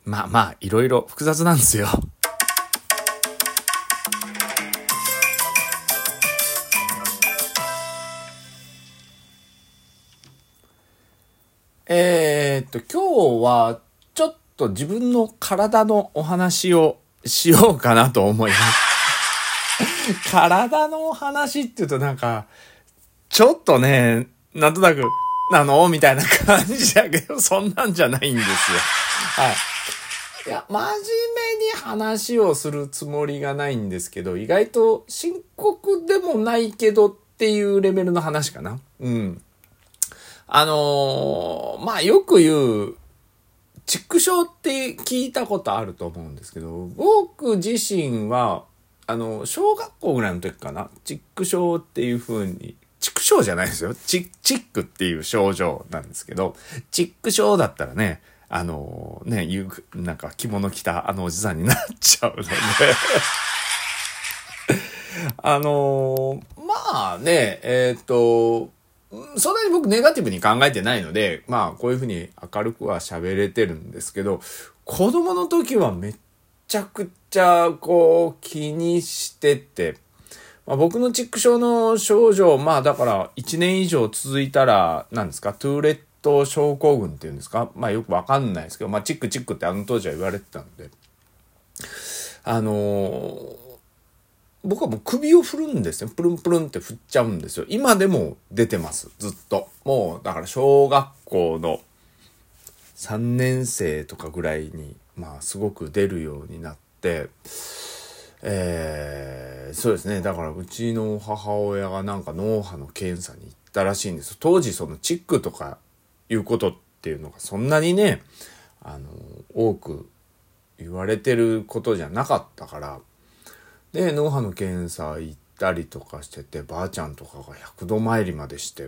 まあいろいろ複雑なんですよ。今日はちょっと自分の体のお話をしようかなと思います。体のお話って言うとなんか、ちょっとね、なんとなく、みたいな感じだけど、そんなんじゃないんですよ。はい。いや、真面目に話をするつもりがないんですけど、意外と深刻でもないけどっていうレベルの話かな。うん。よく言う、畜生って聞いたことあると思うんですけど、僕自身は、小学校ぐらいの時かな、畜生っていう風に、畜生じゃないですよ。チックっていう症状なんですけど、畜生だったらね、なんか着物着たおじさんになっちゃうので、まあね、そんなに僕ネガティブに考えてないので、まあこういうふうに明るくは喋れてるんですけど、子供の時はめっちゃくちゃこう気にしてて、僕のチック症の症状、だから1年以上続いたら、何ですか、トゥーレット症候群っていうんですか、よくわかんないですけど、チックって当時は言われてたので、僕はもう首を振るんですよ。プルンプルンって振っちゃうんですよ。今でも出てます。ずっと。もう、だから小学校の3年生とかぐらいに、すごく出るようになって、そうですね。だからうちの母親がなんか脳波の検査に行ったらしいんです。当時そのチックとかいうことっていうのがそんなにね、多く言われてることじゃなかったから、で、脳波の検査行ったりとかしてて、ばあちゃんとかが100度参りまでして、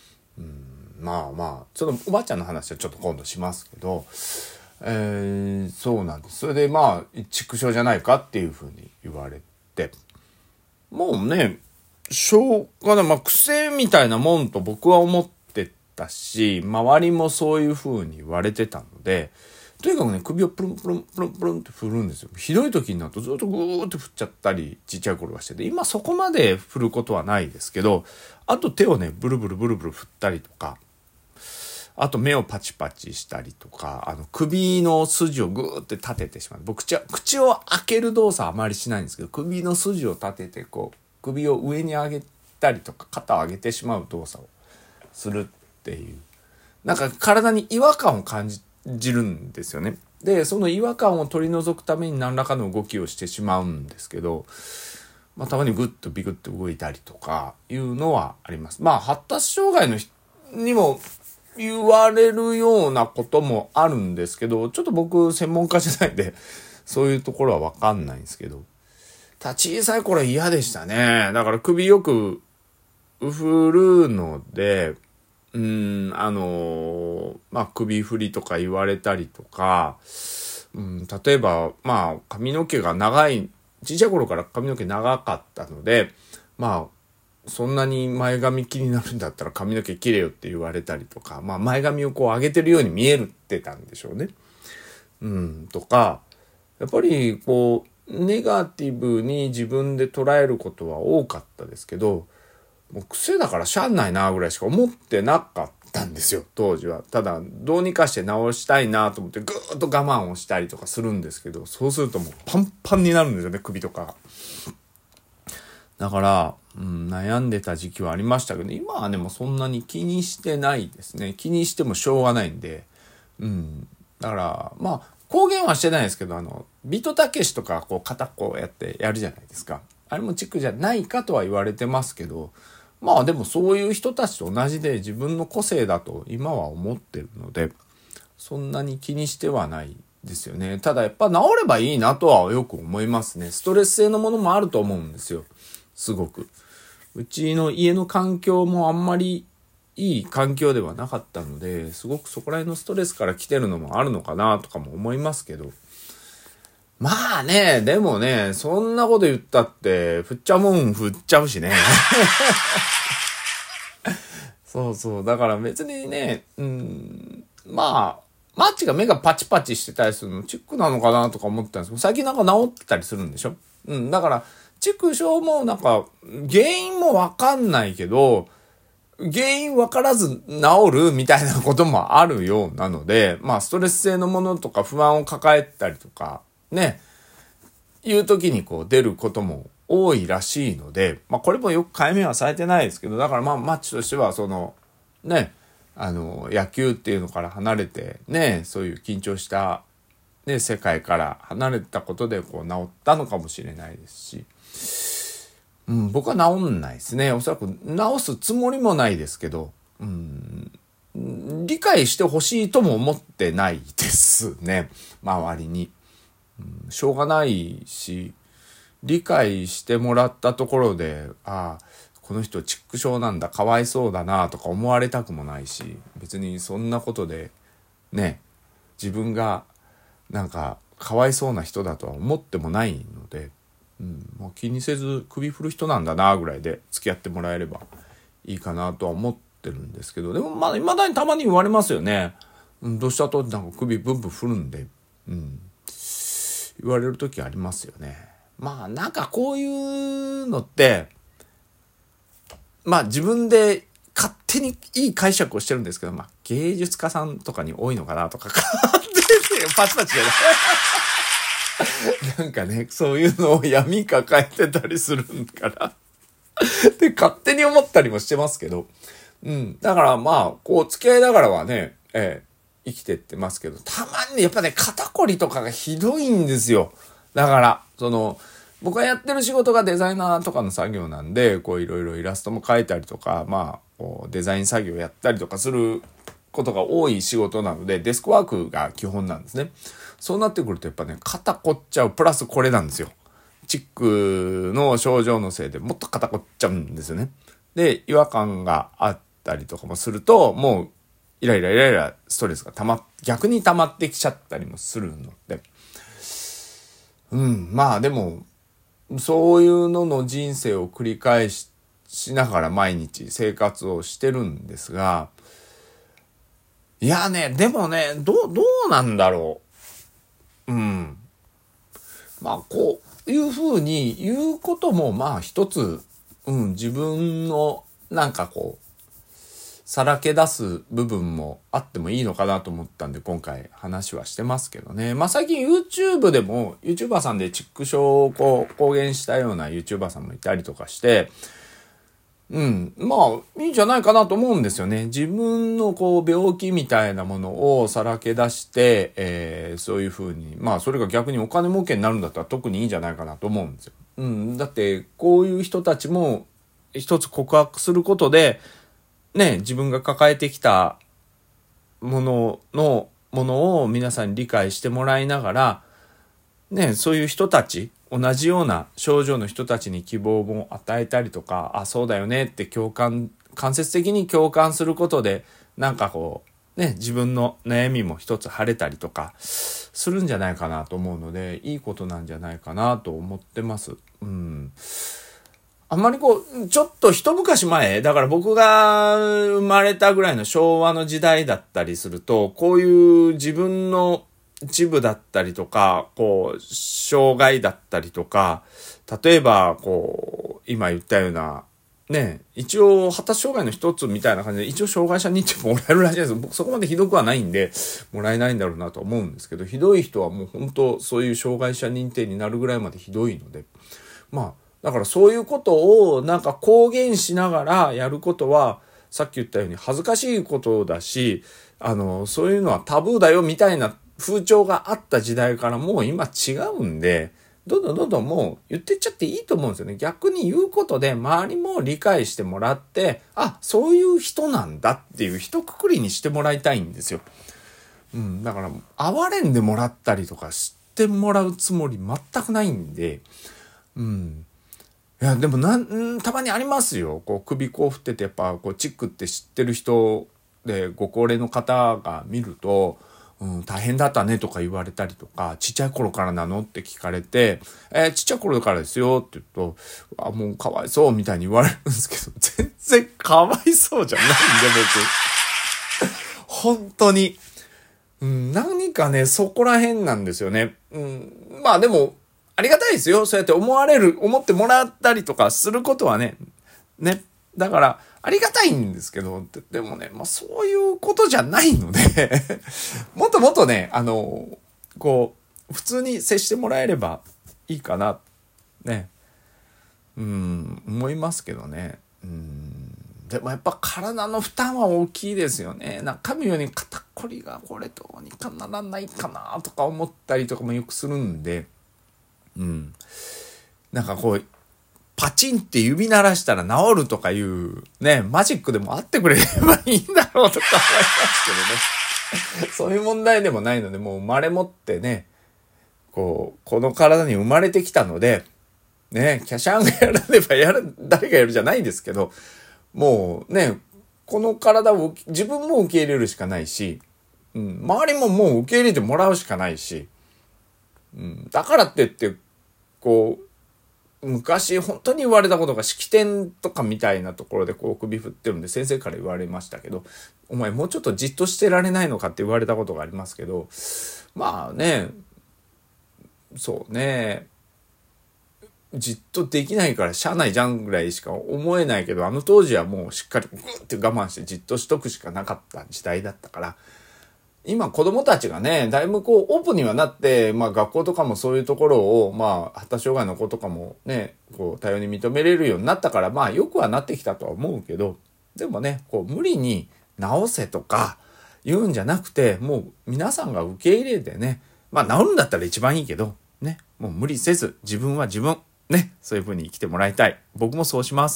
そのおばあちゃんの話はちょっと今度しますけど、そうなんです。それで畜生じゃないかっていうふうに言われて、もうね、しょうがない、癖みたいなもんと僕は思ってたし、周りもそういうふうに言われてたので、とにかくね、首をプルンプルンプルンプルンって振るんですよ。ひどい時になるとずっとグーって振っちゃったり、ちっちゃい頃はしてて、今そこまで振ることはないですけど、あと手をね、ブルブルブルブル振ったりとか、あと目をパチパチしたりとか、首の筋をグーって立ててしまう。僕、口を開ける動作はあまりしないんですけど、首の筋を立てて、首を上に上げたりとか、肩を上げてしまう動作をするっていう。なんか体に違和感を感じるんですよね。で、その違和感を取り除くために何らかの動きをしてしまうんですけど、たまにグッとビクッと動いたりとかいうのはあります。発達障害の人にも言われるようなこともあるんですけど、ちょっと僕専門家じゃないんで、そういうところはわかんないんですけど、小さい頃は嫌でしたね。だから首よく振るので、首振りとか言われたりとか、例えば、髪の毛が小さい頃から髪の毛長かったので、そんなに前髪気になるんだったら髪の毛切れよって言われたりとか、前髪を上げてるように見えてたんでしょうね。とか、やっぱりネガティブに自分で捉えることは多かったですけど、もう癖だからしゃあないなぐらいしか思ってなかったんですよ、当時は。ただ、どうにかして直したいなと思ってぐーっと我慢をしたりとかするんですけど、そうするともうパンパンになるんですよね、首とか。だから、悩んでた時期はありましたけど、今はね、もうそんなに気にしてないですね。気にしてもしょうがないんで。だから、公言はしてないですけど、ビートたけしとか片っこやってやるじゃないですか。あれもチックじゃないかとは言われてますけど、でもそういう人たちと同じで自分の個性だと今は思ってるので、そんなに気にしてはないですよね。ただやっぱ治ればいいなとはよく思いますね。ストレス性のものもあると思うんですよ。すごく。うちの家の環境もあんまりいい環境ではなかったので、すごくそこら辺のストレスから来てるのもあるのかなとかも思いますけど。でもね、そんなこと言ったって、振っちゃうもん振っちゃうしね。そうそう。だから別にね、 マッチが目がパチパチしてたりするのチックなのかなとか思ってたんですけど、最近なんか治ってたりするんでしょ。だから、畜生もなんか、原因もわかんないけど、原因わからず治るみたいなこともあるようなので、まあストレス性のものとか不安を抱えたりとか、ね、いう時にこう出ることも多いらしいので、まあこれもよく解明はされてないですけど、だからまあマッチとしてはね、野球っていうのから離れてね、そういう緊張したね、世界から離れたことでこう治ったのかもしれないですし、僕は治んないですね。おそらく治すつもりもないですけど、理解してほしいとも思ってないですね。周りに。しょうがないし、理解してもらったところで、この人チック症なんだ、かわいそうだなとか思われたくもないし、別にそんなことでね、自分がなんかかわいそうな人だとは思ってもないので、もう気にせず首振る人なんだなぐらいで付き合ってもらえればいいかなとは思ってるんですけど、でもまあ未だにたまに言われますよね。どうしたとなんか首ブンブン振るんで、言われる時ありますよね。まあなんかこういうのってまあ自分で勝手にいい解釈をしてるんですけど、まあ芸術家さんとかに多いのかなとか勝手にパチパチじゃないなんかね、そういうのを闇抱えてたりするからで勝手に思ったりもしてますけど、だからまあこう付き合いながらはね、生きてってますけど、たまにねやっぱね肩こりとかがひどいんですよ。だから僕がやってる仕事がデザイナーとかの作業なんで、こういろいろイラストも描いたりとか、まあこうデザイン作業やったりとかすることが多い仕事なので、デスクワークが基本なんですね。そうなってくるとやっぱね肩こっちゃう、プラスこれなんですよ。チックの症状のせいでもっと肩こっちゃうんですよね。で違和感があったりとかもすると、もうイライラストレスが逆に溜まってきちゃったりもするので、まあでもそういうのの人生を繰り返しながら毎日生活をしてるんですが、いやね、でもね、どうなんだろう。まあこういうふうに言うこともまあ一つ、自分のなんかこう、さらけ出す部分もあってもいいのかなと思ったんで今回話はしてますけどね。まあ最近 YouTube でも YouTuber さんでチック症をこう公言したような YouTuber さんもいたりとかして、まあいいんじゃないかなと思うんですよね。自分のこう病気みたいなものをさらけ出して、そういう風にまあそれが逆にお金儲けになるんだったら特にいいんじゃないかなと思うんですよ。だってこういう人たちも一つ告白することでね、自分が抱えてきたものを皆さんに理解してもらいながら、ね、そういう人たち、同じような症状の人たちに希望も与えたりとか、そうだよねって間接的に共感することで、なんかこう、ね、自分の悩みも一つ晴れたりとか、するんじゃないかなと思うので、いいことなんじゃないかなと思ってます。あんまりちょっと一昔前、だから僕が生まれたぐらいの昭和の時代だったりすると、こういう自分の一部だったりとか、障害だったりとか、例えば、今言ったような、ね、一応、発達障害の一つみたいな感じで、一応障害者認定もらえるらしいです。僕そこまでひどくはないんで、もらえないんだろうなと思うんですけど、ひどい人はもう本当、そういう障害者認定になるぐらいまでひどいので、だからそういうことをなんか公言しながらやることは、さっき言ったように恥ずかしいことだし、そういうのはタブーだよみたいな風潮があった時代からもう今違うんで、どんどんもう言ってっちゃっていいと思うんですよね。逆に言うことで周りも理解してもらって、そういう人なんだっていう一括りにしてもらいたいんですよ。だから哀れんでもらったりとかしてもらうつもり全くないんで、いやでもたまにありますよ。首振っててやっぱチックって知ってる人でご高齢の方が見ると、大変だったねとか言われたりとか、ちっちゃい頃からなのって聞かれて、ちっちゃい頃からですよって言うと、もうかわいそうみたいに言われるんですけど、全然かわいそうじゃないんで僕本当に何かね、そこら辺なんですよね。まあでも、ありがたいですよ。そうやって思ってもらったりとかすることはね。だから、ありがたいんですけど、でもね、そういうことじゃないのでもっともっとね、普通に接してもらえればいいかな、ね。思いますけどね。でもやっぱ体の負担は大きいですよね。中身より肩こりがこれどうにかならないかなとか思ったりとかもよくするんで、パチンって指鳴らしたら治るとかいうね、マジックでもあってくれればいいんだろうとか思いますけどね。そういう問題でもないので、もう生まれ持ってね、この体に生まれてきたので、ね、キャシャンがやらねば誰がやるじゃないですけど、もうね、この体を自分も受け入れるしかないし、周りももう受け入れてもらうしかないし、だからって言って、昔本当に言われたことが式典とかみたいなところで首振ってるんで先生から言われましたけど、お前もうちょっとじっとしてられないのかって言われたことがありますけど、まあね、そうね、じっとできないからしゃあないじゃんぐらいしか思えないけど、あの当時はもうしっかりグーって我慢してじっとしとくしかなかった時代だったから、今子供たちがね、だいぶオープンにはなって、学校とかもそういうところを、発達障害の子とかもね、多様に認めれるようになったから、よくはなってきたとは思うけど、でもね、無理に直せとか言うんじゃなくて、もう皆さんが受け入れてね、治るんだったら一番いいけど、ね、もう無理せず、自分は自分、ね、そういう風に生きてもらいたい。僕もそうします。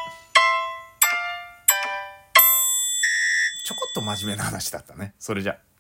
ちょこっと真面目な話だったね。それじゃ。